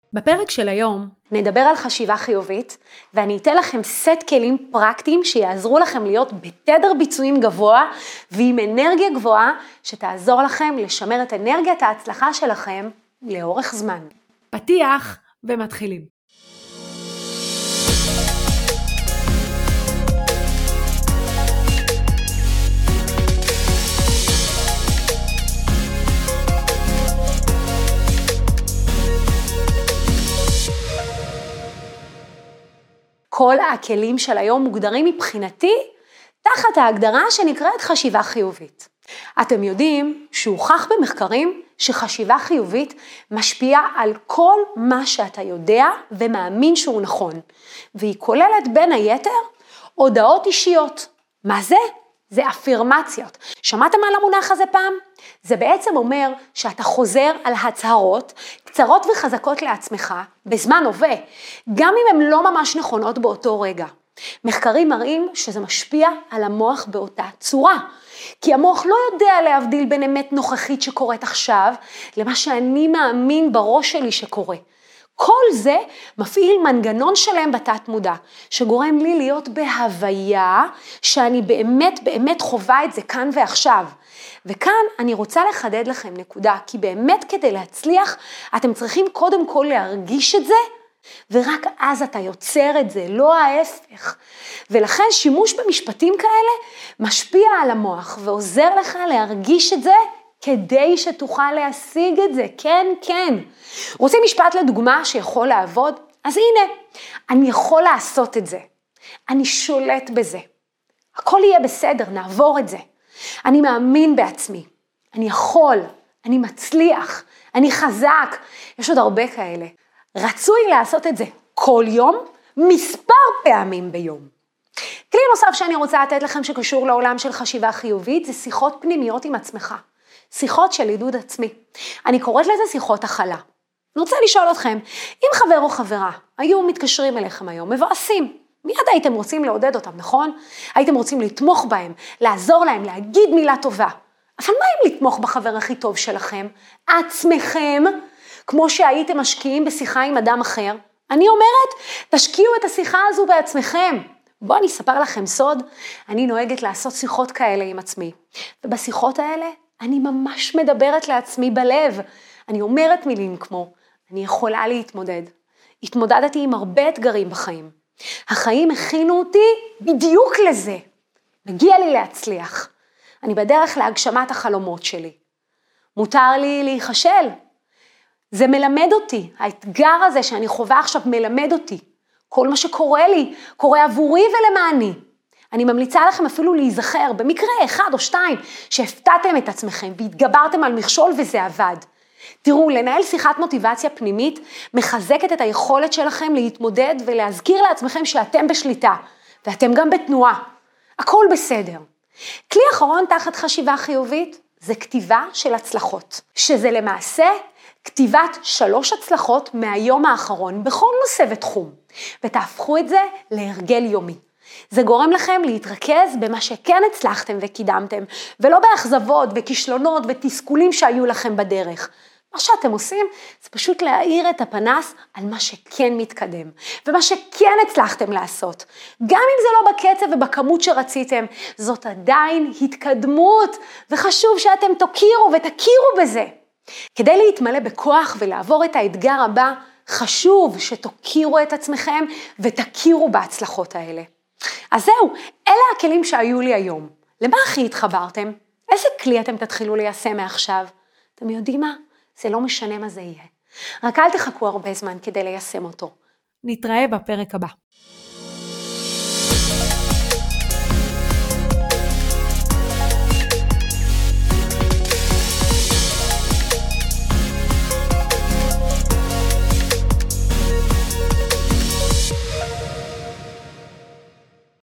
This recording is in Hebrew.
בפרק של היום נדבר על חשיבה חיובית, ואני אתן לכם סט כלים פרקטיים שיעזרו לכם להיות בתדר ביצועים גבוה, ועם אנרגיה גבוהה שתעזור לכם לשמר את אנרגיית ההצלחה שלכם לאורך זמן. פתיח ומתחילים. כל הכלים של היום מוגדרים מבחינתי תחת ההגדרה שנקראת חשיבה חיובית. אתם יודעים שהוכח במחקרים שחשיבה חיובית משפיעה על כל מה שאתה יודע ומאמין שהוא נכון, והיא כוללת בין היתר הודעות אישיות. מה זה? זה אפירמציות. שמעתם על המונח הזה פעם? זה בעצם אומר שאתה חוזר על הצהרות קצרות וחזקות לעצמך בזמן הווה, גם אם הן לא ממש נכונות באותו רגע. מחקרים מראים שזה משפיע על המוח באותה צורה, כי המוח לא יודע להבדיל בין אמת נוכחית שקורית עכשיו למה שאני מאמין בראש שלי שקורה. כל זה מפעיל מנגנון שלם בתת מודע, שגורם לי להיות בהוויה שאני באמת חווה את זה כאן ועכשיו. וכאן אני רוצה לחדד לכם נקודה, כי באמת כדי להצליח אתם צריכים קודם כל להרגיש את זה, ורק אז אתה יוצר את זה, לא ההפך. ולכן שימוש במשפטים כאלה משפיע על המוח ועוזר לך להרגיש את זה, כדי שתוכל להשיג את זה, כן. רוצים משפט לדוגמה שיכול לעבוד? אז הנה, אני יכול לעשות את זה. אני שולט בזה. הכל יהיה בסדר, נעבור את זה. אני מאמין בעצמי. אני יכול, אני מצליח, אני חזק. יש עוד הרבה כאלה. רצוי לעשות את זה כל יום, מספר פעמים ביום. כלי נוסף שאני רוצה לתת לכם שקשור לעולם של חשיבה חיובית, זה שיחות פנימיות עם עצמך. שיחות של עידוד עצמי. אני קוראת לזה שיחות הכלה. אני רוצה לשאול אתכם, אם חבר או חברה היו מתקשרים אליכם היום, מבאסים, מיד הייתם רוצים לעודד אותם, נכון? הייתם רוצים לתמוך בהם, לעזור להם, להגיד מילה טובה. אבל מה אם לתמוך בחבר הכי טוב שלכם? עצמכם, כמו שהייתם משקיעים בשיחה עם אדם אחר? אני אומרת, תשקיעו את השיחה הזו בעצמכם. בואו אני אספר לכם סוד, אני נוהגת לעשות שיחות כאלה עם עצמי. ובשיחות האלה אני ממש מדברת לעצמי בלב. אני אומרת מילים כמו, אני יכולה להתמודד. התמודדתי עם הרבה אתגרים בחיים. החיים הכינו אותי בדיוק לזה. מגיע לי להצליח. אני בדרך להגשמת החלומות שלי. מותר לי להיחשל. זה מלמד אותי. האתגר הזה שאני חווה עכשיו מלמד אותי. כל מה שקורה לי, קורה עבורי ולמעני. אני ממליצה לכם אפילו להיזכר במקרה אחד או שתיים שהפתעתם את עצמכם והתגברתם על מכשול וזה עבד. תראו, לנהל שיחת מוטיבציה פנימית מחזקת את היכולת שלכם להתמודד ולהזכיר לעצמכם שאתם בשליטה ואתם גם בתנועה. הכל בסדר. כלי אחרון תחת חשיבה חיובית זה כתיבה של הצלחות, שזה למעשה כתיבת 3 הצלחות מהיום האחרון בכל נושא ותחום, ותהפכו את זה להרגל יומי. זה גורם לכם להתרכז במה שכן הצלחתם וקידמתם, ולא באכזבות וכישלונות ותסכולים שהיו לכם בדרך. מה שאתם עושים זה פשוט להאיר את הפנס על מה שכן מתקדם, ומה שכן הצלחתם לעשות. גם אם זה לא בקצב ובכמות שרציתם, זאת עדיין התקדמות, וחשוב שאתם תכירו ותכירו בזה. כדי להתמלא בכוח ולעבור את האתגר הבא, חשוב שתכירו את עצמכם ותכירו בהצלחות האלה. אז זהו, אלה הכלים שהיו לי היום. למה הכי התחברתם? איזה כלי אתם תתחילו ליישם מעכשיו? אתם יודעים מה? זה לא משנה מה זה יהיה. רק אל תחכו הרבה זמן כדי ליישם אותו. נתראה בפרק הבא.